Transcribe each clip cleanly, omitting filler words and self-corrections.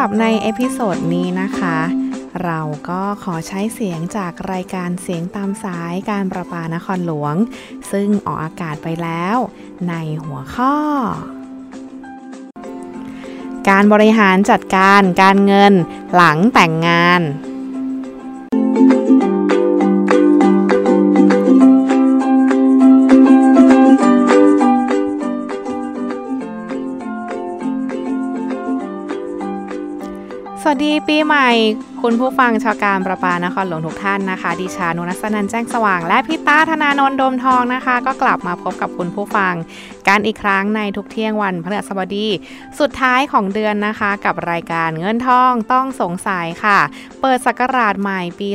รับในเอพิโซดนี้นะคะเราก็ขอใช้เสียงจากรายการเสียงตามสายการประปานครหลวงซึ่งออกอากาศไปแล้วในหัวข้อการบริหารจัดการการเงินหลังแต่งงานสวัสดีปีใหม่คุณผู้ฟังชาวการประปานครหลวงทุกท่านนะคะดิฉันนุนัสนันท์แจ้งสว่างและพี่ต้าธนานนท์โดมทองนะคะก็กลับมาพบกับคุณผู้ฟังกันอีกครั้งในทุกเที่ยงวันพฤหัสบดีสุดท้ายของเดือนนะคะกับรายการเงินทองต้องสงสัยค่ะเปิดศักราชใหม่ปี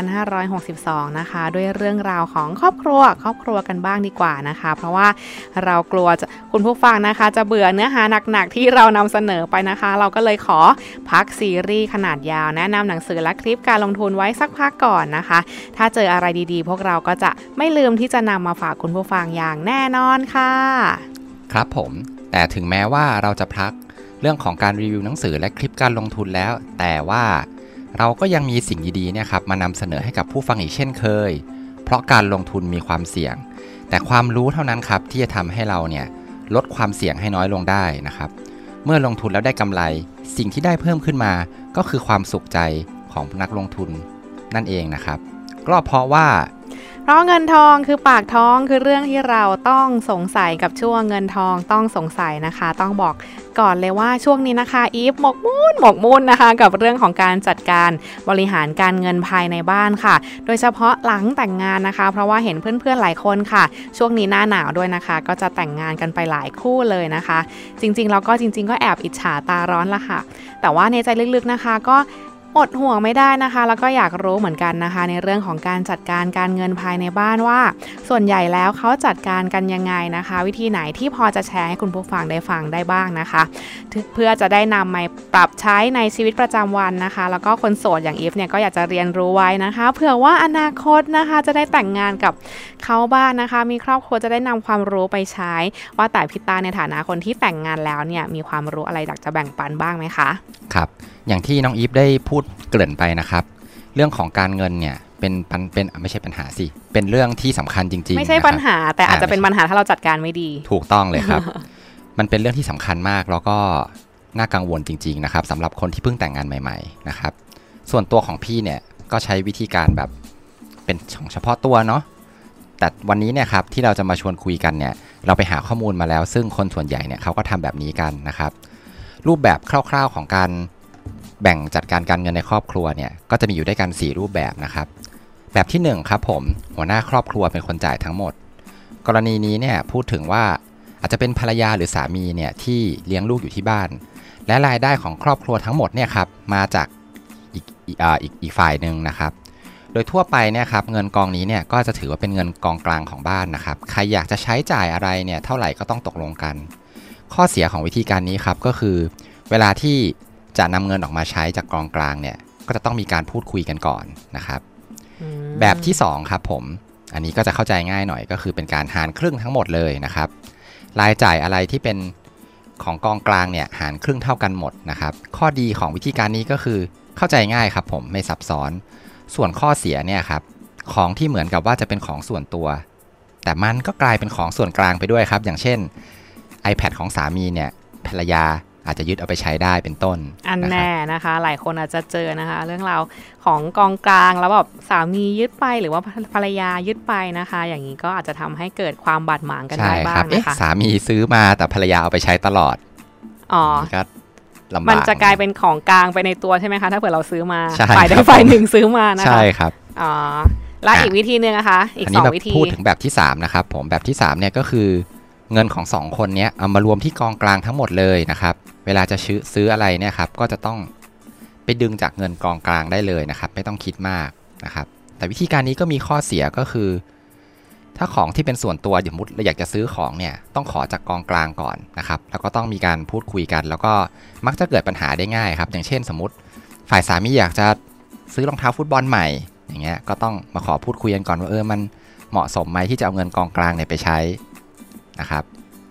2562นะคะด้วยเรื่องราวของครอบครัวกันบ้างดีกว่านะคะเพราะว่าเรากลัวคุณผู้ฟังนะคะจะเบื่อเนื้อหาหนักๆที่เรานำเสนอไปนะคะเราก็เลยขอพักซีรีส์ขนาดยาวแนะนำหนังสือและคลิปการลงทุนไว้สักพักก่อนนะคะถ้าเจออะไรดีๆพวกเราก็จะไม่ลืมที่จะนำมาฝากคุณผู้ฟังอย่างแน่นอนค่ะครับผมแต่ถึงแม้ว่าเราจะพักเรื่องของการรีวิวหนังสือและคลิปการลงทุนแล้วแต่ว่าเราก็ยังมีสิ่งดีๆเนี่ยครับมานำเสนอให้กับผู้ฟังอีกเช่นเคยเพราะการลงทุนมีความเสี่ยงแต่ความรู้เท่านั้นครับที่จะทำให้เราเนี่ยลดความเสี่ยงให้น้อยลงได้นะครับเมื่อลงทุนแล้วได้กำไรสิ่งที่ได้เพิ่มขึ้นมาก็คือความสุขใจของนักลงทุนนั่นเองนะครับก็เพราะเงินทองคือปากท้องคือเรื่องที่เราต้องสงสัยกับช่วงเงินทองต้องสงสัยนะคะต้องบอกก่อนเลยว่าช่วงนี้นะคะอีฟหมกมุ่นนะคะกับเรื่องของการจัดการบริหารการเงินภายในบ้านค่ะโดยเฉพาะหลังแต่งงานนะคะเพราะว่าเห็นเพื่อนๆหลายคนค่ะช่วงนี้หน้าหนาวด้วยนะคะก็จะแต่งงานกันไปหลายคู่เลยนะคะจริงๆก็แอบอิจฉาตาร้อนละค่ะแต่ว่าในใจลึกๆนะคะก็อดห่วงไม่ได้นะคะแล้วก็อยากรู้เหมือนกันนะคะในเรื่องของการจัดการการเงินภายในบ้านว่าส่วนใหญ่แล้วเขาจัดการกันยังไงนะคะวิธีไหนที่พอจะแชร์ให้คุณผู้ฟังได้ฟังได้บ้างนะคะเพื่อจะได้นำมาปรับใช้ในชีวิตประจำวันนะคะแล้วก็คนโสดอย่างอีฟเนี่ยก็อยากจะเรียนรู้ไว้นะคะเผื่อว่าอนาคตนะคะจะได้แต่งงานกับเขาบ้างนะคะมีครอบครัวจะได้นำความรู้ไปใช้ว่าแต่พี่ตาในฐานะคนที่แต่งงานแล้วเนี่ยมีความรู้อะไรอยากจะแบ่งปันบ้างไหมคะครับอย่างที่น้องอีฟได้พูดเกริ่นไปนะครับเรื่องของการเงินเนี่ยเป็นไม่ใช่ปัญหาสิเป็นเรื่องที่สำคัญจริงๆไม่ใช่ปัญหาแต่อาจจะเป็นปัญหาถ้าเราจัดการไม่ดีถูกต้องเลยครับ มันเป็นเรื่องที่สำคัญมากแล้วก็น่ากังวลจริงๆนะครับสำหรับคนที่เพิ่งแต่งงานใหม่ๆนะครับส่วนตัวของพี่เนี่ยก็ใช้วิธีการแบบเป็นของเฉพาะตัวเนาะแต่วันนี้เนี่ยครับที่เราจะมาชวนคุยกันเนี่ยเราไปหาข้อมูลมาแล้วซึ่งคนส่วนใหญ่เนี่ยเขาก็ทำแบบนี้กันนะครับรูปแบบคร่าวๆของการแบ่งจัดการการเงินในครอบครัวเนี่ยก็จะมีอยู่ด้วยกัน4รูปแบบนะครับแบบที่1ครับผมหัวหน้าครอบครัวเป็นคนจ่ายทั้งหมดกรณีนี้เนี่ยพูดถึงว่าอาจจะเป็นภรรยาหรือสามีเนี่ยที่เลี้ยงลูกอยู่ที่บ้านและรายได้ของครอบครัวทั้งหมดเนี่ยครับมาจากอีกฝ่ายนึงนะครับโดยทั่วไปเนี่ยครับเงินกองนี้เนี่ยก็จะถือว่าเป็นเงินกองกลางของบ้านนะครับใครอยากจะใช้จ่ายอะไรเนี่ยเท่าไหร่ก็ต้องตกลงกันข้อเสียของวิธีการนี้ครับก็คือเวลาที่จะนำเงินออกมาใช้จากกองกลางเนี่ยก็จะต้องมีการพูดคุยกันก่อนนะครับแบบที่2ครับผมอันนี้ก็จะเข้าใจง่ายหน่อยก็คือเป็นการหารครึ่งทั้งหมดเลยนะครับรายจ่ายอะไรที่เป็นของกองกลางเนี่ยหารครึ่งเท่ากันหมดนะครับข้อดีของวิธีการนี้ก็คือเข้าใจง่ายครับผมไม่ซับซ้อนส่วนข้อเสียเนี่ยครับของที่เหมือนกับว่าจะเป็นของส่วนตัวแต่มันก็กลายเป็นของส่วนกลางไปด้วยครับอย่างเช่น iPad ของสามีเนี่ยภรรยาอาจจะยึดเอาไปใช้ได้เป็นต้นอันแน่นะคะหลายคนอาจจะเจอนะคะเรื่องราวของกองกลางแล้วแบบสามียึดไปหรือว่าภรรยายึดไปนะคะอย่างนี้ก็อาจจะทำให้เกิดความบาดหมางกันได้บ้างนะคะสามีซื้อมาแต่ภรรยาเอาไปใช้ตลอดก็ลำบากมันจะกลายเป็นของกลางไปในตัวใช่ไหมคะถ้าเผื่อเราซื้อมาฝ่ายใดฝ่ายหนึ่งซื้อมานะคะใช่ครับและอีกวิธีนึงนะคะอีก2วิธีพูดถึงแบบที่3นะครับผมแบบที่3เนี่ยก็คือเงินของ2คนนี้เอามารวมที่กองกลางทั้งหมดเลยนะครับเวลาจะซื้ออะไรเนี่ยครับก็จะต้องไปดึงจากเงินกองกลางได้เลยนะครับไม่ต้องคิดมากนะครับแต่วิธีการนี้ก็มีข้อเสียก็คือถ้าของที่เป็นส่วนตัวสมมติเราอยากจะซื้อของเนี่ยต้องขอจากกองกลางก่อนนะครับแล้วก็ต้องมีการพูดคุยกันแล้วก็มักจะเกิดปัญหาได้ง่ายครับอย่างเช่นสมมติฝ่ายสามีอยากจะซื้อรองเท้าฟุตบอลใหม่อย่างเงี้ยก็ต้องมาขอพูดคุยกันก่อนว่ามันเหมาะสมไหมที่จะเอาเงินกองกลางเนี่ยไปใช้นะครับ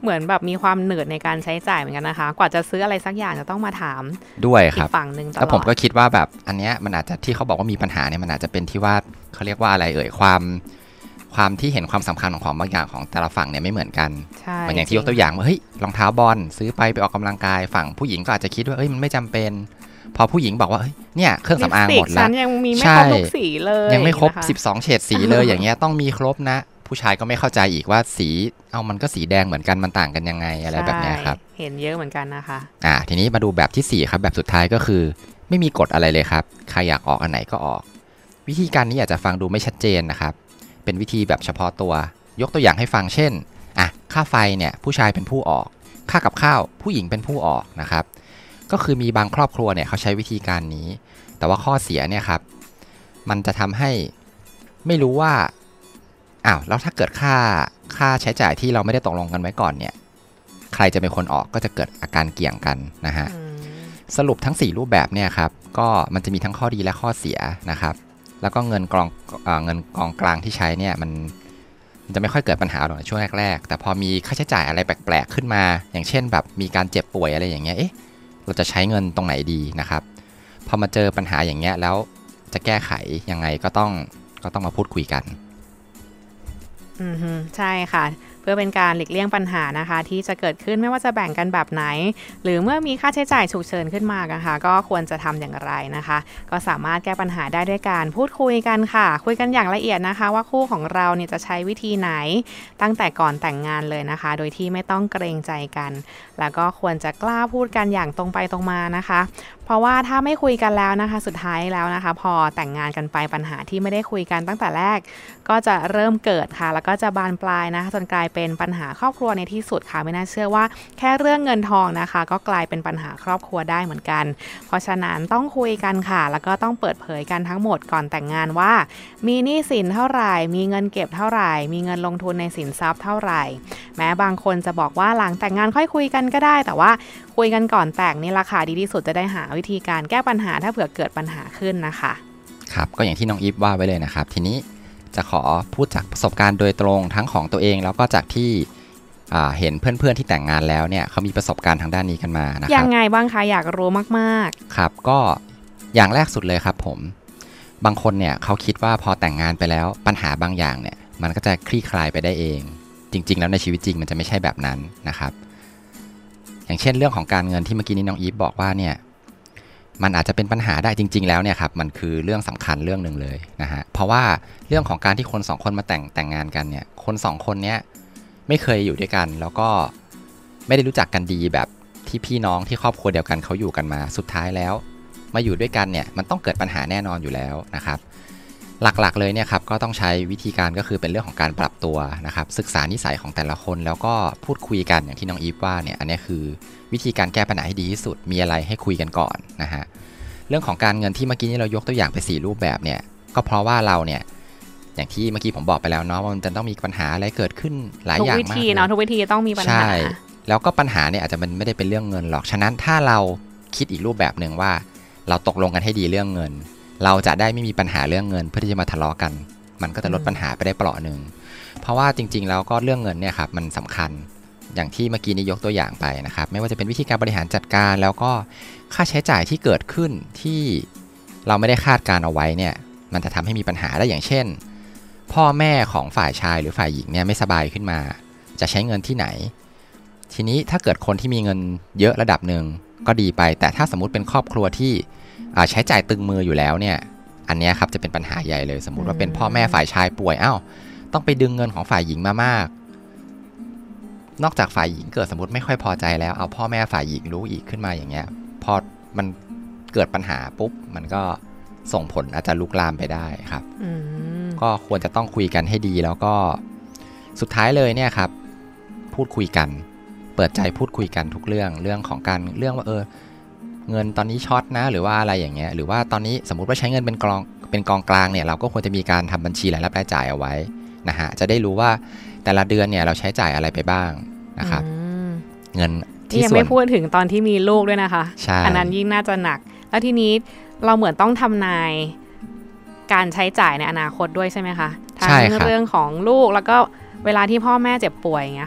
เหมือนแบบมีความเหนื่อยในการใช้จ่ายเหมือนกันนะคะกว่าจะซื้ออะไรสักอย่างจะต้องมาถามด้วยครับอีกฝั่งนึงตลอดแล้วผมก็คิดว่าแบบอันเนี้ยมันอาจจะที่เขาบอกว่ามีปัญหาเนี่ยมันอาจจะเป็นที่ว่าเขาเรียกว่าอะไรความที่เห็นความสำคัญของบางอย่างของแต่ละฝั่งเนี่ยไม่เหมือนกันเหมือนอย่างที่ยกตัวอย่างว่าเฮ้ยรองเท้าบอลซื้อไปออกกำลังกายฝั่งผู้หญิงก็อาจจะคิดว่าเฮ้ยมันไม่จำเป็นพอผู้หญิงบอกว่าเฮ้ยเนี่ยเครื่องสำอางหมดแล้วยังมีไม่ครบทุกสีเลยยังไม่ครบ12เฉดสีเลยอย่างเงี้ยต้องมีครบนะผู้ชายก็ไม่เข้าใจอีกว่าสีมันก็สีแดงเหมือนกันมันต่างกันยังไงอะไรแบบนี้ครับเห็นเยอะเหมือนกันนะคะทีนี้มาดูแบบที่4ครับแบบสุดท้ายก็คือไม่มีกฎอะไรเลยครับใครอยากออกอันไหนก็ออกวิธีการนี้อาจจะฟังดูไม่ชัดเจนนะครับเป็นวิธีแบบเฉพาะตัวยกตัวอย่างให้ฟังเช่นค่าไฟเนี่ยผู้ชายเป็นผู้ออกค่ากับข้าวผู้หญิงเป็นผู้ออกนะครับก็คือมีบางครอบครัวเนี่ยเขาใช้วิธีการนี้แต่ว่าข้อเสียเนี่ยครับมันจะทำให้ไม่รู้ว่าแล้วถ้าเกิดค่าใช้จ่ายที่เราไม่ได้ตกลงกันไว้ก่อนเนี่ยใครจะเป็นคนออกก็จะเกิดอาการเกี่ยงกันนะฮะสรุปทั้ง4รูปแบบเนี่ยครับก็มันจะมีทั้งข้อดีและข้อเสียนะครับแล้วก็เงินกองกลางที่ใช้เนี่ยมันจะไม่ค่อยเกิดปัญหาหรอกในช่วงแรกๆแต่พอมีค่าใช้จ่ายอะไรแปลกๆขึ้นมาอย่างเช่นแบบมีการเจ็บป่วยอะไรอย่างเงี้ยเราจะใช้เงินตรงไหนดีนะครับพอมาเจอปัญหาอย่างเงี้ยแล้วจะแก้ไขยังไงก็ต้องมาพูดคุยกันใช่ค่ะเพื่อเป็นการหลีกเลี่ยงปัญหานะคะที่จะเกิดขึ้นไม่ว่าจะแบ่งกันแบบไหนหรือเมื่อมีค่าใช้จ่ายฉุกเฉินขึ้นมานะคะก็ควรจะทำอย่างไรนะคะก็สามารถแก้ปัญหาได้ด้วยการพูดคุยกันค่ะคุยกันอย่างละเอียดนะคะว่าคู่ของเราเนี่ยจะใช้วิธีไหนตั้งแต่ก่อนแต่งงานเลยนะคะโดยที่ไม่ต้องเกรงใจกันแล้วก็ควรจะกล้าพูดกันอย่างตรงไปตรงมานะคะเพราะว่าถ้าไม่คุยกันแล้วนะคะสุดท้ายแล้วนะคะพอแต่งงานกันไปปัญหาที่ไม่ได้คุยกันตั้งแต่แรกก็จะเริ่มเกิดค่ะแล้วก็จะบานปลายนะคะจนกลายเป็นปัญหาครอบครัวในที่สุดค่ะไม่น่าเชื่อว่าแค่เรื่องเงินทองนะคะก็กลายเป็นปัญหาครอบครัวได้เหมือนกันเพราะฉะนั้นต้องคุยกันค่ะแล้วก็ต้องเปิดเผยกันทั้งหมดก่อนแต่งงานว่ามีหนี้สินเท่าไหร่มีเงินเก็บเท่าไหร่มีเงินลงทุนในสินทรัพย์เท่าไหร่แม้บางคนจะบอกว่าหลังแต่งงานค่อยคุยกันก็ได้แต่ว่าคุยกันก่อนแต่งนี่ราคาดีที่สุดจะได้หาวิธีการแก้ปัญหาถ้าเผื่อเกิดปัญหาขึ้นนะคะครับก็อย่างที่น้องอีฟว่าไว้เลยนะครับทีนี้จะขอพูดจากประสบการณ์โดยตรงทั้งของตัวเองแล้วก็จากที่เห็นเพื่อนๆที่แต่งงานแล้วเนี่ยเขามีประสบการณ์ทางด้านนี้กันมานะครับยังไงบ้างคะอยากรู้มากๆครับก็อย่างแรกสุดเลยครับผมบางคนเนี่ยเขาคิดว่าพอแต่งงานไปแล้วปัญหาบางอย่างเนี่ยมันก็จะคลี่คลายไปได้เองจริงๆแล้วในชีวิตจริงมันจะไม่ใช่แบบนั้นนะครับอย่างเช่นเรื่องของการเงินที่เมื่อกี้นี้น้องอีฟบอกว่าเนี่ยมันอาจจะเป็นปัญหาได้จริงๆแล้วเนี่ยครับมันคือเรื่องสำคัญเรื่องหนึ่งเลยนะฮะเพราะว่าเรื่องของการที่คน2คนมาแต่งงานกันเนี่ยคน2คนเนี้ยไม่เคยอยู่ด้วยกันแล้วก็ไม่ได้รู้จักกันดีแบบที่พี่น้องที่ครอบครัวเดียวกันเขาอยู่กันมาสุดท้ายแล้วมาอยู่ด้วยกันเนี่ยมันต้องเกิดปัญหาแน่นอนอยู่แล้วนะครับหลักๆเลยเนี่ยครับก็ต้องใช้วิธีการก็คือเป็นเรื่องของการปรับตัวนะครับศึกษานิสัยของแต่ละคนแล้วก็พูดคุยกันอย่างที่น้องอีฟว่าเนี่ยอันนี้คือวิธีการแก้ปัญหาให้ดีที่สุดมีอะไรให้คุยกันก่อนนะฮะเรื่องของการเงินที่เมื่อกี้นี้เรายกตัวอย่างไป4รูปแบบเนี่ยก็เพราะว่าเราเนี่ยอย่างที่เมื่อกี้ผมบอกไปแล้วเนาะว่ามันจะต้องมีปัญหาอะไรเกิดขึ้นหลายอย่างมากทุกวิธีเนาะทุกวิธีต้องมีปัญหาใช่แล้วก็ปัญหาเนี่ยอาจจะมันไม่ได้เป็นเรื่องเงินหรอกฉะนั้นถ้าเราคิดอีกรูปแบบนึงว่าเราตกลงกันให้ดีเรื่องเงินเราจะได้ไม่มีปัญหาเรื่องเงินเพื่อที่จะมาทะเลาะกันมันก็จะลดปัญหาไปได้เปราะหนึ่งเพราะว่าจริงๆแล้วก็เรื่องเงินเนี่ยครับมันสำคัญอย่างที่เมื่อกี้นี้ยกตัวอย่างไปนะครับไม่ว่าจะเป็นวิธีการบริหารจัดการแล้วก็ค่าใช้จ่ายที่เกิดขึ้นที่เราไม่ได้คาดการเอาไว้เนี่ยมันจะทำให้มีปัญหาได้อย่างเช่นพ่อแม่ของฝ่ายชายหรือฝ่ายหญิงเนี่ยไม่สบายขึ้นมาจะใช้เงินที่ไหนทีนี้ถ้าเกิดคนที่มีเงินเยอะระดับหนึ่งก็ดีไปแต่ถ้าสมมุติเป็นครอบครัวที่ใช้จ่ายตึงมืออยู่แล้วเนี่ยอันนี้ครับจะเป็นปัญหาใหญ่เลยสมมุติว่าเป็นพ่อแม่ฝ่ายชายป่วยต้องไปดึงเงินของฝ่ายหญิงมามากนอกจากฝ่ายหญิงเกิดสมมติไม่ค่อยพอใจแล้วเอาพ่อแม่ฝ่ายหญิงรู้อีกขึ้นมาอย่างเงี้ยพอมันเกิดปัญหาปุ๊บมันก็ส่งผลอาจจะลุกลามไปได้ครับก็ควรจะต้องคุยกันให้ดีแล้วก็สุดท้ายเลยเนี่ยครับพูดคุยกันเปิดใจพูดคุยกันทุกเรื่องของการเรื่องว่าเงินตอนนี้ช็อตนะหรือว่าอะไรอย่างเงี้ยหรือว่าตอนนี้สมมุติว่าใช้เงินเป็นกองกลางเนี่ยเราก็ควรจะมีการทำบัญชีรายรับรายจ่ายเอาไว้นะฮะจะได้รู้ว่าแต่ละเดือนเนี่ยเราใช้จ่ายอะไรไปบ้างนะครับเงินที่ยังไม่พูดถึงตอนที่มีลูกด้วยนะคะอันนั้นยิ่งน่าจะหนักแล้วทีนี้เราเหมือนต้องทำนายการใช้จ่ายในอนาคตด้วยใช่ไหมคะทั้งเรื่องของลูกแล้วก็เวลาที่พ่อแม่เจ็บป่วยอย่างเงี้ยค่ะ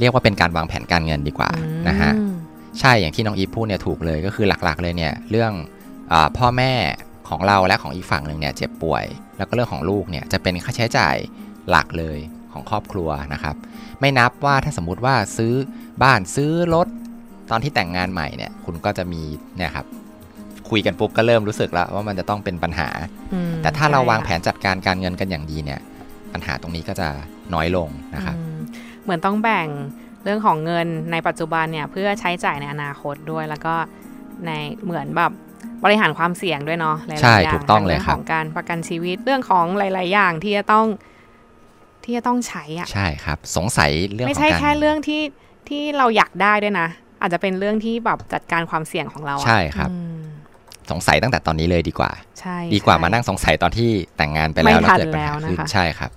เรียกว่าเป็นการวางแผนการเงินดีกว่านะฮะใช่อย่างที่น้องอีฟพูดเนี่ยถูกเลยก็คือหลักๆเลยเนี่ยเรื่องพ่อแม่ของเราและของอีกฝั่งหนึ่งเนี่ยเจ็บป่วยแล้วก็เรื่องของลูกเนี่ยจะเป็นค่าใช้จ่ายหลักเลยของครอบครัวนะครับไม่นับว่าถ้าสมมุติว่าซื้อบ้านซื้อรถตอนที่แต่งงานใหม่เนี่ยคุณก็จะมีเนี่ยครับคุยกันปุ๊บก็เริ่มรู้สึกแล้วว่ามันจะต้องเป็นปัญหาแต่ถ้าเราวางแผนจัดการการเงินกันอย่างดีเนี่ยปัญหาตรงนี้ก็จะน้อยลงนะครับเหมือนต้องแบ่งเรื่องของเงินในปัจจุบันเนี่ยเพื่อใช้จ่ายในอนาคตด้วยแล้วก็ในเหมือนแบบบริหารความเสี่ยงด้วยเนาะหลายๆอย่างถูกต้องเลยครับเรื่องของการประกันชีวิตเรื่องของหลายๆอย่างที่จะต้องใช้อ่ะใช่ครับสงสัยเรื่องไม่ใช่แค่เรื่องที่เราอยากได้ด้วยนะอาจจะเป็นเรื่องที่แบบจัดการความเสี่ยงของเราใช่ครับสงสัยตั้งแต่ตอนนี้เลยดีกว่าใช่ดีกว่ามานั่งสงสัยตอนที่แต่งงานไปแล้วแล้วเกิดปัญหาขึ้นใช่ครับ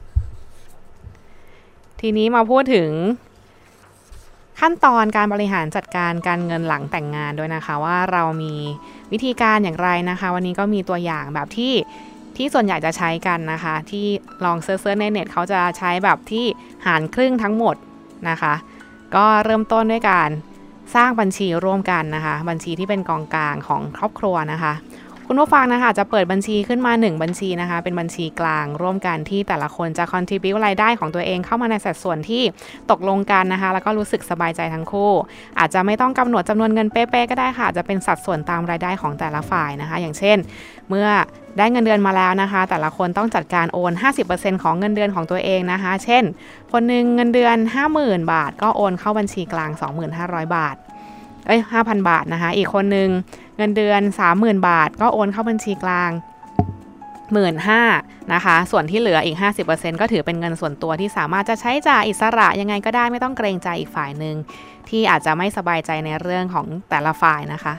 ทีนี้มาพูดถึงขั้นตอนการบริหารจัดการการเงินหลังแต่งงานด้วยนะคะว่าเรามีวิธีการอย่างไรนะคะวันนี้ก็มีตัวอย่างแบบที่ส่วนใหญ่จะใช้กันนะคะที่ลองเซิร์ชในเน็ตเขาจะใช้แบบที่หารครึ่งทั้งหมดนะคะก็เริ่มต้นด้วยการสร้างบัญชีร่วมกันนะคะบัญชีที่เป็นกองกลางของครอบครัวนะคะคุณผู้ฟังนะคะจะเปิดบัญชีขึ้นมา1บัญชีนะคะเป็นบัญชีกลางร่วมกันที่แต่ละคนจะ contribute รายได้ของตัวเองเข้ามาในสัดส่วนที่ตกลงกันนะคะแล้วก็รู้สึกสบายใจทั้งคู่อาจจะไม่ต้องกำหนดจำนวนเงินเป๊ะๆก็ได้ค่ะจะเป็นสัดส่วนตามรายได้ของแต่ละฝ่ายนะคะอย่างเช่นเมื่อได้เงินเดือนมาแล้วนะคะแต่ละคนต้องจัดการโอน 50% ของเงินเดือนของตัวเองนะคะเช่นคนนึงเงินเดือน 50,000 บาทก็โอนเข้าบัญชีกลาง 2,500 บาท5,000 บาทนะคะอีกคนนึงเงินเดือน 30,000 บาทก็โอนเข้าบัญชีกลาง 15,000 นะคะส่วนที่เหลืออีก 50% ก็ถือเป็นเงินส่วนตัวที่สามารถจะใช้จ่ายอิสระยังไงก็ได้ไม่ต้องเกรงใจอีกฝ่ายนึงที่อาจจะไม่สบายใจในเรื่องของแต่ละฝ่ายนะคะ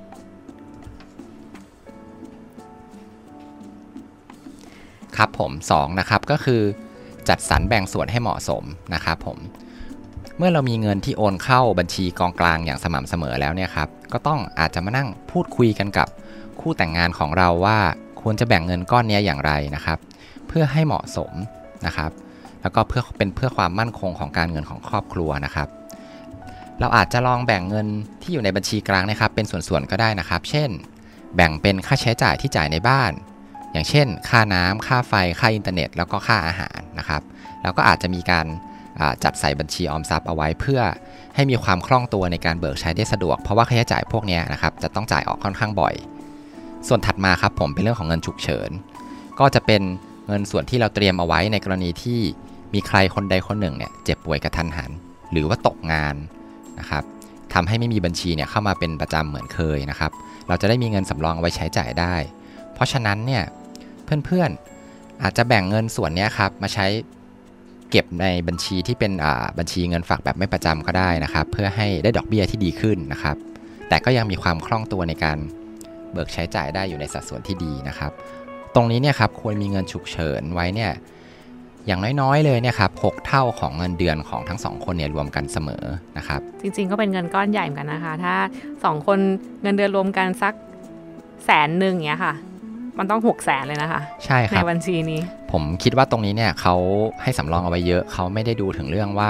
ครับผม2นะครับก็คือจัดสรรแบ่งส่วนให้เหมาะสมนะครับผมเมื่อเรามีเงินที่โอนเข้าบัญชีกองกลางอย่างสม่ำเสมอแล้วเนี่ยครับก็ต้องอาจจะมานั่งพูดคุยกันกับคู่แต่งงานของเราว่าควรจะแบ่งเงินก้อนนี้อย่างไรนะครับเพื่อให้เหมาะสมนะครับแล้วก็เพื่อความมั่นคงของการเงินของครอบครัวนะครับเราอาจจะลองแบ่งเงินที่อยู่ในบัญชีกลางนะครับเป็นส่วนๆก็ได้นะครับเช่นแบ่งเป็นค่าใช้จ่ายที่จ่ายในบ้านอย่างเช่นค่าน้ำค่าไฟค่าอินเทอร์เน็ตแล้วก็ค่าอาหารนะครับแล้วก็อาจจะมีการจัดใส่บัญชีออมทรัพย์เอาไว้เพื่อให้มีความคล่องตัวในการเบิกใช้ได้สะดวกเพราะว่าค่าใช้จ่ายพวกนี้นะครับจะต้องจ่ายออกค่อนข้างบ่อยส่วนถัดมาครับผมเป็นเรื่องของเงินฉุกเฉินก็จะเป็นเงินส่วนที่เราเตรียมเอาไว้ในกรณีที่มีใครคนใดคนหนึ่งเนี่ยเจ็บป่วยกระทันหันหรือว่าตกงานนะครับทำให้ไม่มีบัญชีเนี่ยเข้ามาเป็นประจำเหมือนเคยนะครับเราจะได้มีเงินสำรองเอาไว้ใช้จ่ายได้เพราะฉะนั้นเนี่ยเพื่อนๆอาจจะแบ่งเงินส่วนนี้ครับมาใช้เก็บในบัญชีที่เป็นบัญชีเงินฝากแบบไม่ประจำก็ได้นะครับเพื่อให้ได้ดอกเบี้ยที่ดีขึ้นนะครับแต่ก็ยังมีความคล่องตัวในการเบิกใช้จ่ายได้อยู่ในสัดส่วนที่ดีนะครับตรงนี้เนี่ยครับควรมีเงินฉุกเฉินไว้เนี่ยอย่างน้อยๆเลยเนี่ยครับ6 เท่าของเงินเดือนของทั้ง2คนเนี่ยรวมกันเสมอนะครับจริงๆก็เป็นเงินก้อนใหญ่เหมือนกันนะคะถ้า2คนเงินเดือนรวมกันสัก100,000เงี้ยค่ะมันต้อง600,000เลยนะคะใช่ครับในบัญชีนี้ผมคิดว่าตรงนี้เนี่ยเขาให้สำรองเอาไว้เยอะเขาไม่ได้ดูถึงเรื่องว่า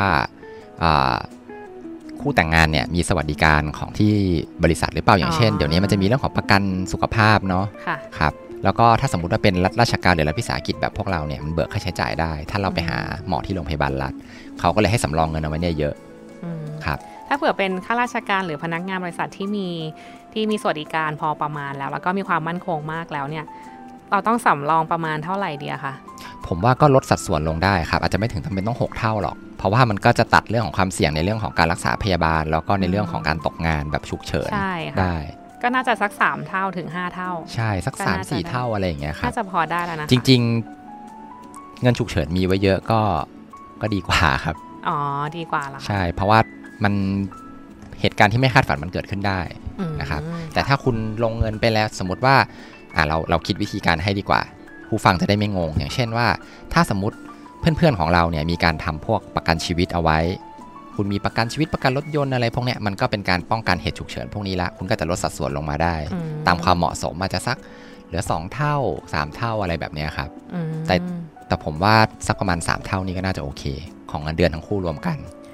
คู่แต่งงานเนี่ยมีสวัสดิการของที่บริษัทหรือเปล่าอย่างเช่นเดี๋ยวนี้มันจะมีเรื่องของประกันสุขภาพเนาะครับแล้วก็ถ้าสมมุติว่าเป็นรัฐราชการหรือรัฐวิสาหกิจแบบพวกเราเนี่ยมันเบิกค่าใช้จ่ายได้ถ้าเราไปหาหมอที่โรงพยาบาลรัฐเขาก็เลยให้สำรองเงินเอาไว้เนี่ยเยอะครับถ้าเผื่อเป็นข้าราชการหรือพนักงานบริษัทที่มีสวัสดิการพอประมาณแล้วก็มีความมั่นคงมากแล้วเนี่ยเราต้องสำรองประมาณเท่าไหร่ดีคะผมว่าก็ลดสัดส่วนลงได้ครับอาจจะไม่ถึงจำเป็นต้อง6 เท่าหรอกเพราะว่ามันก็จะตัดเรื่องของความเสี่ยงในเรื่องของการรักษาพยาบาลแล้วก็ในเรื่องของการตกงานแบบฉุกเฉินได้ก็น่าจะสัก3 เท่าถึง5 เท่าใช่สัก 3-4 เท่าอะไรอย่างเงี้ยครับน่าจะพอได้แล้วนะจริงๆเงินฉุกเฉินมีไว้เยอะก็ดีกว่าครับอ๋อดีกว่าล่ะใช่เพราะว่ามันเหตุการณ์ที่ไม่คาดฝันมันเกิดขึ้นได้นะครับแต่ถ้าคุณลงเงินไปแล้วสมมติว่าเราคิดวิธีการให้ดีกว่าผู้ฟังจะได้ไม่งงอย่างเช่นว่าถ้าสมมติเพื่อนๆของเราเนี่ยมีการทำพวกประกันชีวิตเอาไว้คุณมีประกันชีวิตประกันรถยนต์อะไรพวกเนี้ยมันก็เป็นการป้องกันเหตุฉุกเฉินพวกนี้ละคุณก็จะลดสัดส่วนลงมาได้ตามความเหมาะสมอาจจะสักเหลือ2 เท่า3 เท่าอะไรแบบนี้ครับแต่ผมว่าสักประมาณ3 เท่านี้ก็น่าจะโอเคของเงินเดือนทั้งคู่รวมกัน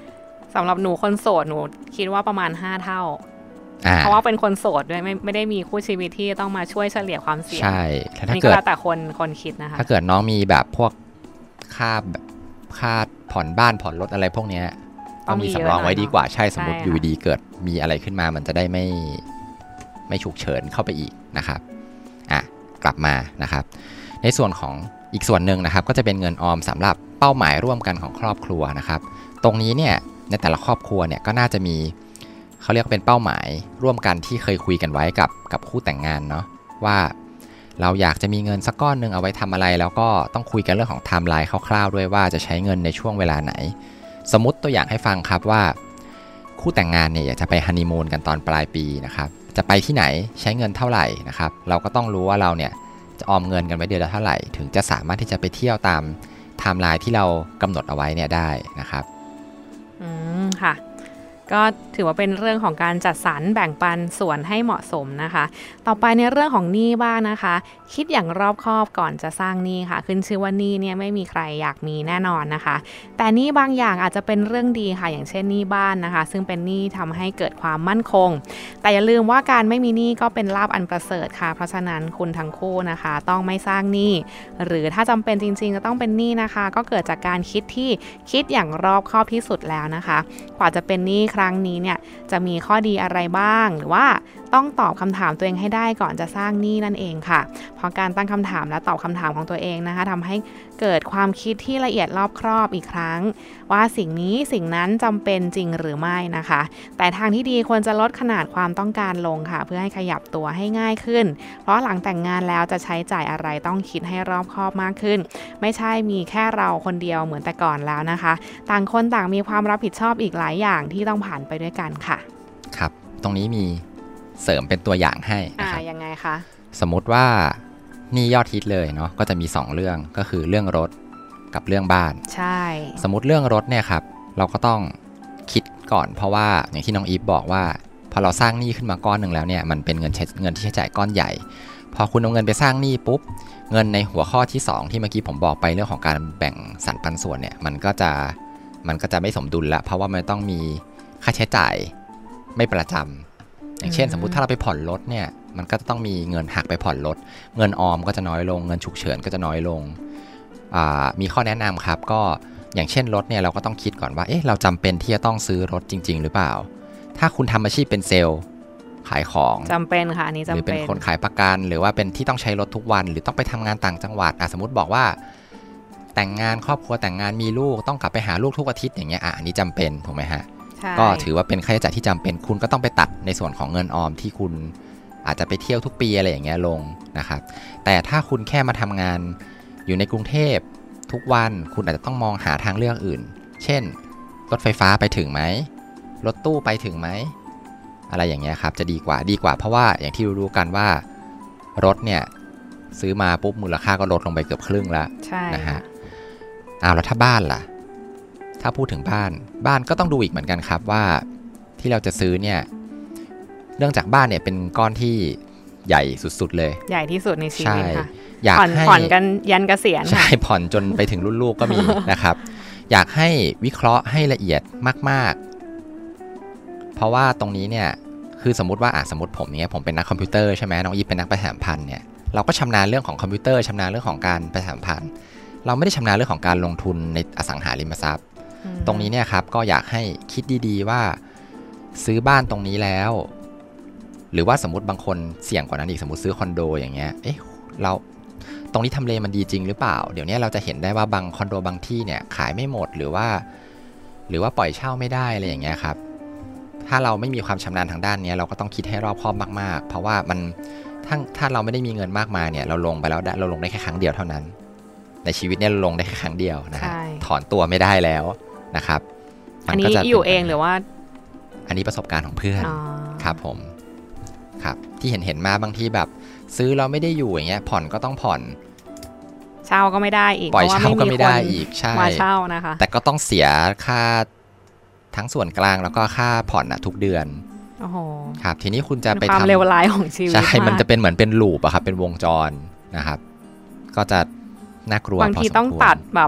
สำหรับหนูคนโสดหนูคิดว่าประมาณ5 เท่าเพราะว่าเป็นคนโสดด้วยไม่ได้มีคู่ชีวิตที่ต้องมาช่วยเฉลี่ยความเสี่ยงใช่ถ้าเกิดแต่คนคิดนะคะถ้าเกิดน้องมีแบบพวกค่าผ่อนบ้านผ่อนรถอะไรพวกเนี้ยต้องมีสำรองไว้ดีกว่าใช่สมมติอยู่ดีเกิดมีอะไรขึ้นมามันจะได้ไม่ฉุกเฉินเข้าไปอีกนะครับกลับมานะครับในส่วนของอีกส่วนหนึ่งนะครับก็จะเป็นเงินออมสำหรับเป้าหมายร่วมกันของครอบครัวนะครับตรงนี้เนี่ยในแต่ละครอบครัวเนี่ยก็น่าจะมีเขาเรียกเป็นเป้าหมายร่วมกันที่เคยคุยกันไว้กับคู่แต่งงานเนาะว่าเราอยากจะมีเงินสักก้อนนึงเอาไว้ทำอะไรแล้วก็ต้องคุยกันเรื่องของไทม์ไลน์คร่าวๆด้วยว่าจะใช้เงินในช่วงเวลาไหนสมมติตัวอย่างให้ฟังครับว่าคู่แต่งงานเนี่ยอยากจะไปฮันนีมูนกันตอนปลายปีนะครับจะไปที่ไหนใช้เงินเท่าไหร่นะครับเราก็ต้องรู้ว่าเราเนี่ยจะออมเงินกันไว้เดือนละเท่าไหร่ถึงจะสามารถที่จะไปเที่ยวตามไทม์ไลน์ที่เรากำหนดเอาไว้เนี่ยได้นะครับค่ะก็ถือว่าเป็นเรื่องของการจัดสรรแบ่งปันส่วนให้เหมาะสมนะคะต่อไปในเรื่องของหนี้บ้างนะคะคิดอย่างรอบคอบก่อนจะสร้างหนี้ค่ะขึ้นชื่อว่าหนี้เนี่ยไม่มีใครอยากมีแน่นอนนะคะแต่หนี้บางอย่างอาจจะเป็นเรื่องดีค่ะอย่างเช่นหนี้บ้านนะคะซึ่งเป็นหนี้ทำให้เกิดความมั่นคงแต่อย่าลืมว่าการไม่มีหนี้ก็เป็นลาภอันประเสริฐค่ะเพราะฉะนั้นคุณทั้งคู่นะคะต้องไม่สร้างหนี้หรือถ้าจำเป็นจริงๆจะต้องเป็นหนี้นะคะก็เกิดจากการคิดอย่างรอบคอบที่สุดแล้วนะคะกว่าจะเป็นหนี้ครั้งนี้เนี่ยจะมีข้อดีอะไรบ้างหรือว่าต้องตอบคำถามตัวเองให้ได้ก่อนจะสร้างหนี้นั่นเองค่ะเพราะการตั้งคำถามและตอบคำถามของตัวเองนะคะทำให้เกิดความคิดที่ละเอียดรอบครอบอีกครั้งว่าสิ่งนั้นจำเป็นจริงหรือไม่นะคะแต่ทางที่ดีควรจะลดขนาดความต้องการลงค่ะเพื่อให้ขยับตัวให้ง่ายขึ้นเพราะหลังแต่งงานแล้วจะใช้จ่ายอะไรต้องคิดให้รอบคอบมากขึ้นไม่ใช่มีแค่เราคนเดียวเหมือนแต่ก่อนแล้วนะคะต่างคนต่างมีความรับผิดชอบอีกหลายอย่างที่ต้องผ่านไปด้วยกันค่ะครับตรงนี้มีเสริมเป็นตัวอย่างให้นะครับยังไงคะสมมุติว่านี่ยอดฮิตเลยเนาะก็จะมี2เรื่องก็คือเรื่องรถกับเรื่องบ้านใช่สมมุติเรื่องรถเนี่ยครับเราก็ต้องคิดก่อนเพราะว่าอย่างที่น้องอีฟบอกว่าพอเราสร้างหนี้ขึ้นมาก้อนหนึ่งแล้วเนี่ยมันเป็นเงินที่ใช้จ่ายก้อนใหญ่พอคุณเอาเงินไปสร้างหนี้ปุ๊บเงินในหัวข้อที่2ที่เมื่อกี้ผมบอกไปเรื่องของการแบ่งสรรปันส่วนเนี่ยมันก็จะไม่สมดุลละเพราะว่ามันต้องมีค่าใช้จ่ายไม่ประจำอย่างเช่นสมมุติถ้าเราไปผ่อนรถเนี่ยมันก็ต้องมีเงินหักไปผ่อนรถเงินออมก็จะน้อยลงเงินฉุกเฉินก็จะน้อยลงมีข้อแนะนำครับก็อย่างเช่นรถเนี่ยเราก็ต้องคิดก่อนว่าเราจำเป็นที่จะต้องซื้อรถจริงๆหรือเปล่าถ้าคุณทำอาชีพเป็นเซลล์ขายของจำเป็นค่ะอันนี้จำเป็นหรือเป็นคนขายประกันหรือว่าเป็นที่ต้องใช้รถทุกวันหรือต้องไปทำงานต่างจังหวัดสมมติบอกว่าแต่งงานครอบครัวแต่งงานมีลูกต้องกลับไปหาลูกทุกอาทิตย์อย่างเงี้ยอันนี้จำเป็นถูกไหมฮะก็ถือว่าเป็นค่าใช้จ่ายที่จำเป็นคุณก็ต้องไปตัดในส่วนของเงินออมที่คุณอาจจะไปเที่ยวทุกปีอะไรอย่างเงี้ยลงนะครับแต่ถ้าคุณแค่มาทำงานอยู่ในกรุงเทพทุกวันคุณอาจจะต้องมองหาทางเลือกอื่นเช่นรถไฟฟ้าไปถึงไหมรถตู้ไปถึงไหมอะไรอย่างเงี้ยครับจะดีกว่าเพราะว่าอย่างที่รู้กันว่ารถเนี่ยซื้อมาปุ๊บมูลค่าก็ลดลงไปเกือบครึ่งแล้วนะฮะแล้วถ้าบ้านล่ะถ้าพูดถึงบ้านก็ต้องดูอีกเหมือนกันครับว่าที่เราจะซื้อเนี่ยเนื่องจากบ้านเนี่ยเป็นก้อนที่ใหญ่สุดๆเลยใหญ่ที่สุดในชีวิตค่ะอยากให้ผ่อนกันยันเกษียณใช่ผ่อนจนไปถึงรุ่นลูกก็มี นะครับอยากให้วิเคราะห์ให้ละเอียดมากๆเพราะว่าตรงนี้เนี่ยคือสมมติว่าสมมติผมเนี่ยผมเป็นนักคอมพิวเตอร์ใช่ไหมน้องอีฟเป็นนักประชาสัมพันธ์เนี่ยเราก็ชำนาญเรื่องของคอมพิวเตอร์ชำนาญเรื่องของการประชาสัมพันธ์เราไม่ได้ชำนาญเรื่องของการลงทุนในอสังหาริมทรัพย์ตรงนี้เนี่ยครับก็อยากให้คิดดีๆว่าซื้อบ้านตรงนี้แล้วหรือว่าสมมติบางคนเสี่ยงกว่านั้นอีกสมมติซื้อคอนโดอย่างเงี้ยเราตรงนี้ทำเลมันดีจริงหรือเปล่าเดี๋ยวนี้เราจะเห็นได้ว่าบางคอนโดบางที่เนี่ยขายไม่หมดหรือว่าปล่อยเช่าไม่ได้อะไรอย่างเงี้ยครับถ้าเราไม่มีความชำนาญทางด้านนี้เราก็ต้องคิดให้รอบคอบมากๆเพราะว่ามันถ้าเราไม่ได้มีเงินมากมายเนี่ยเราลงไปแล้วเราลงได้แค่ครั้งเดียวเท่านั้นในชีวิตเนี่ยลงได้แค่ครั้งเดียวนะฮะถอนตัวไม่ได้แล้วนะครับอันนี้อยู่เองหรือว่าอันนี้ประสบการณ์ของเพื่อนครับผมครับที่เห็นมาบางทีแบบซื้อเราไม่ได้อยู่อย่างเงี้ยผ่อนก็ต้องผ่อนเช่าก็ไม่ได้อีกปล่อยเช่าก็ไม่ได้อีกใช่มาเช่านะคะแต่ก็ต้องเสียค่าทั้งส่วนกลางแล้วก็ค่าผ่อนทุกเดือนโอ้โหครับทีนี้คุณจะไปทำความเลวร้ายของชีวิตใช่มันจะเป็นเหมือนเป็นลูปอะครับเป็นวงจรนะครับก็จะน่ากลัวบางทีต้องตัดแบบ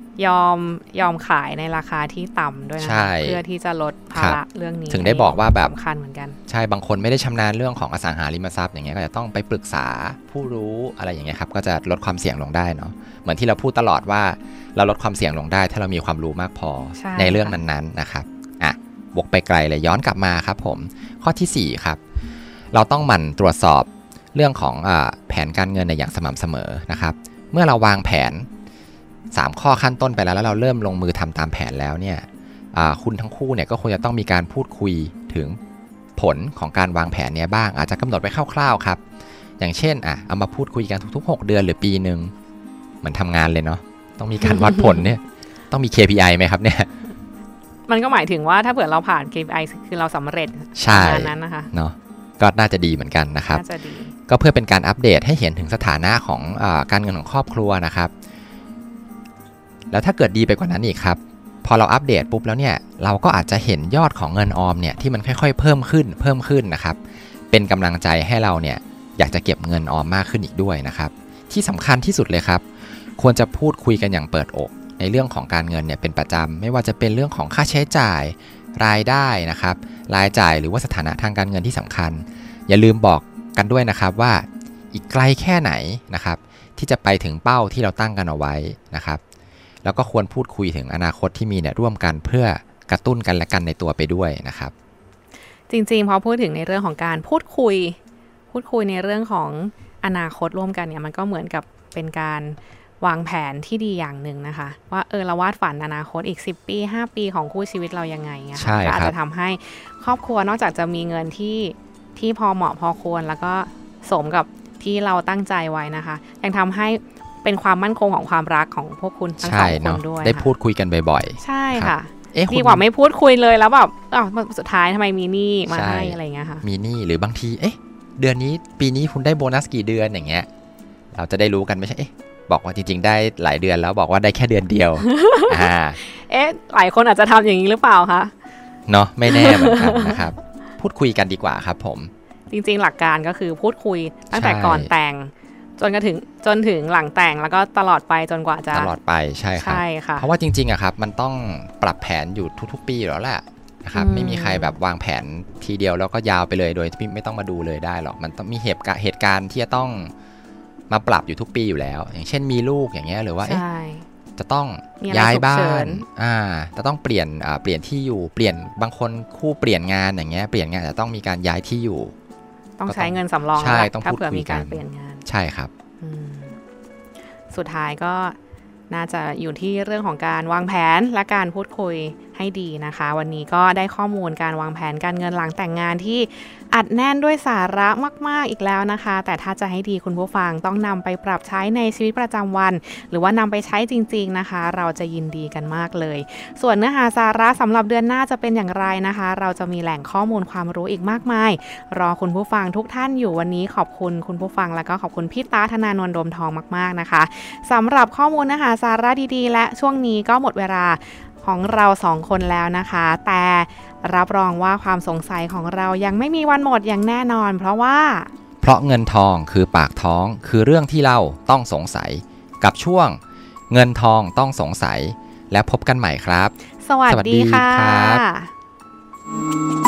ยอมขายในราคาที่ต่ำด้วยนะเพื่อที่จะลดภาระเรื่องนี้ถึงได้บอกว่าแบบสำคัญเหมือนกันใช่บางคนไม่ได้ชำนาญเรื่องของอสังหาริมทรัพย์อย่างเงี้ยก็จะต้องไปปรึกษาผู้รู้อะไรอย่างเงี้ยครับก็จะลดความเสี่ยงลงได้เนาะเหมือนที่เราพูดตลอดว่าเราลดความเสี่ยงลงได้ถ้าเรามีความรู้มากพอในเรื่องนั้นๆนะครับวกไปไกลเลยย้อนกลับมาครับผมข้อที่4ครับเราต้องหมั่นตรวจสอบเรื่องของแผนการเงินในอย่างสม่ำเสมอนะครับเมื่อเราวางแผน3ข้อขั้นต้นไปแล้วเราเริ่มลงมือทำตามแผนแล้วเนี่ยคุณทั้งคู่เนี่ยก็ควรจะต้องมีการพูดคุยถึงผลของการวางแผนเนี่ยบ้างอาจจะกำหนดไว้คร่าวๆครับอย่างเช่นเอามาพูดคุยกันทุกๆ6เดือนหรือปีนึงเหมือนทำงานเลยเนาะต้องมีการวัดผลเนี่ยต้องมี KPI ไหมครับเนี่ยมันก็หมายถึงว่าถ้าเผื่อเราผ่าน KPI คือเราสำเร็จงานนั้นนะคะเนาะก็น่าจะดีเหมือนกันนะครับน่าจะดีก็เพื่อเป็นการอัปเดตให้เห็นถึงสถานะของการเงินของครอบครัวนะครับแล้วถ้าเกิดดีไปกว่านั้นอีกครับพอเราอัปเดตปุ๊บแล้วเนี่ยเราก็อาจจะเห็นยอดของเงินออมเนี่ยที่มันค่อยๆเพิ่มขึ้นนะครับเป็นกำลังใจให้เราเนี่ยอยากจะเก็บเงินออมมากขึ้นอีกด้วยนะครับที่สำคัญที่สุดเลยครับควรจะพูดคุยกันอย่างเปิดอกในเรื่องของการเงินเนี่ยเป็นประจำไม่ว่าจะเป็นเรื่องของค่าใช้จ่ายรายได้นะครับรายจ่ายหรือว่าสถานะทางการเงินที่สำคัญอย่าลืมบอกกันด้วยนะครับว่าอีกไกลแค่ไหนนะครับที่จะไปถึงเป้าที่เราตั้งกันเอาไว้นะครับแล้วก็ควรพูดคุยถึงอนาคตที่มีเนี่ยร่วมกันเพื่อกระตุ้นกันและกันในตัวไปด้วยนะครับจริงๆพอพูดถึงในเรื่องของการพูดคุยในเรื่องของอนาคตร่วมกันเนี่ยมันก็เหมือนกับเป็นการวางแผนที่ดีอย่างหนึ่งนะคะว่าเราวาดฝันอนาคตอีก10ปี5ปีของคู่ชีวิตเรายังไงนะคะก็อาจจะทำให้ครอบครัวนอกจากจะมีเงินที่พอเหมาะพอควรแล้วก็สมกับที่เราตั้งใจไว้นะคะยังทำให้เป็นความมั่นคงของความรักของพวกคุณทั้งสองคนด้วยได้พูดคุยกันบ่อยๆใช่ค่ะดีกว่าไม่พูดคุยเลยแล้วแบบสุดท้ายทำไมมีหนี้มาให้อะไรเงี้ยค่ะมีหนี้หรือบางทีเดือนนี้ปีนี้คุณได้โบนัสกี่เดือนอย่างเงี้ยเราจะได้รู้กันไม่ใช่บอกว่าจริงๆได้หลายเดือนแล้วบอกว่าได้แค่เดือนเดียวหลายคนอาจจะทำอย่างนี้หรือเปล่าคะเนาะไม่แน่เหมือนกันนะครับพูดคุยกันดีกว่าครับผมจริงๆหลักการก็คือพูดคุยตั้งแต่ก่อนแต่งจนถึงหลังแต่งแล้วก็ตลอดไปจนกว่าจะตลอดไปใช่ครับเพราะว่าจริงๆอะครับมันต้องปรับแผนอยู่ทุกๆปีแล้วแหละนะครับไม่มีใครแบบวางแผนทีเดียวแล้วก็ยาวไปเลยโดยที่ไม่ต้องมาดูเลยได้หรอกมันต้องมีเหตุการณ์ที่จะต้องมาปรับอยู่ทุกปีอยู่แล้วอย่างเช่นมีลูกอย่างเงี้ยหรือว่าจะต้องย้ายบ้านจะต้องเปลี่ยนที่อยู่เปลี่ยนบางคนคู่เปลี่ยนงานอย่างเงี้ยเปลี่ยนงานจะต้องมีการย้ายที่อยู่ต้องใช้เงินสำรองถ้าเผื่อมีการเปลี่ยนงานใช่ครับสุดท้ายก็น่าจะอยู่ที่เรื่องของการวางแผนและการพูดคุยให้ดีนะคะวันนี้ก็ได้ข้อมูลการวางแผนการเงินหลังแต่งงานที่อัดแน่นด้วยสาระมากๆอีกแล้วนะคะแต่ถ้าจะให้ดีคุณผู้ฟังต้องนำไปปรับใช้ในชีวิตประจำวันหรือว่านำไปใช้จริงๆนะคะเราจะยินดีกันมากเลยส่วนเนื้อหาสาระสำหรับเดือนหน้าจะเป็นอย่างไรนะคะเราจะมีแหล่งข้อมูลความรู้อีกมากมายรอคุณผู้ฟังทุกท่านอยู่วันนี้ขอบคุณคุณผู้ฟังแล้วก็ขอบคุณพี่ตาธนานนท์ โดมทองมากๆนะคะสำหรับข้อมูลเนื้อหาสาระดีๆและช่วงนี้ก็หมดเวลาของเรา2คนแล้วนะคะแต่รับรองว่าความสงสัยของเรายังไม่มีวันหมดอย่างแน่นอนเพราะเงินทองคือปากท้องคือเรื่องที่เราต้องสงสัยกับช่วงเงินทองต้องสงสัยแล้วพบกันใหม่ครับสวัสดีค่ะ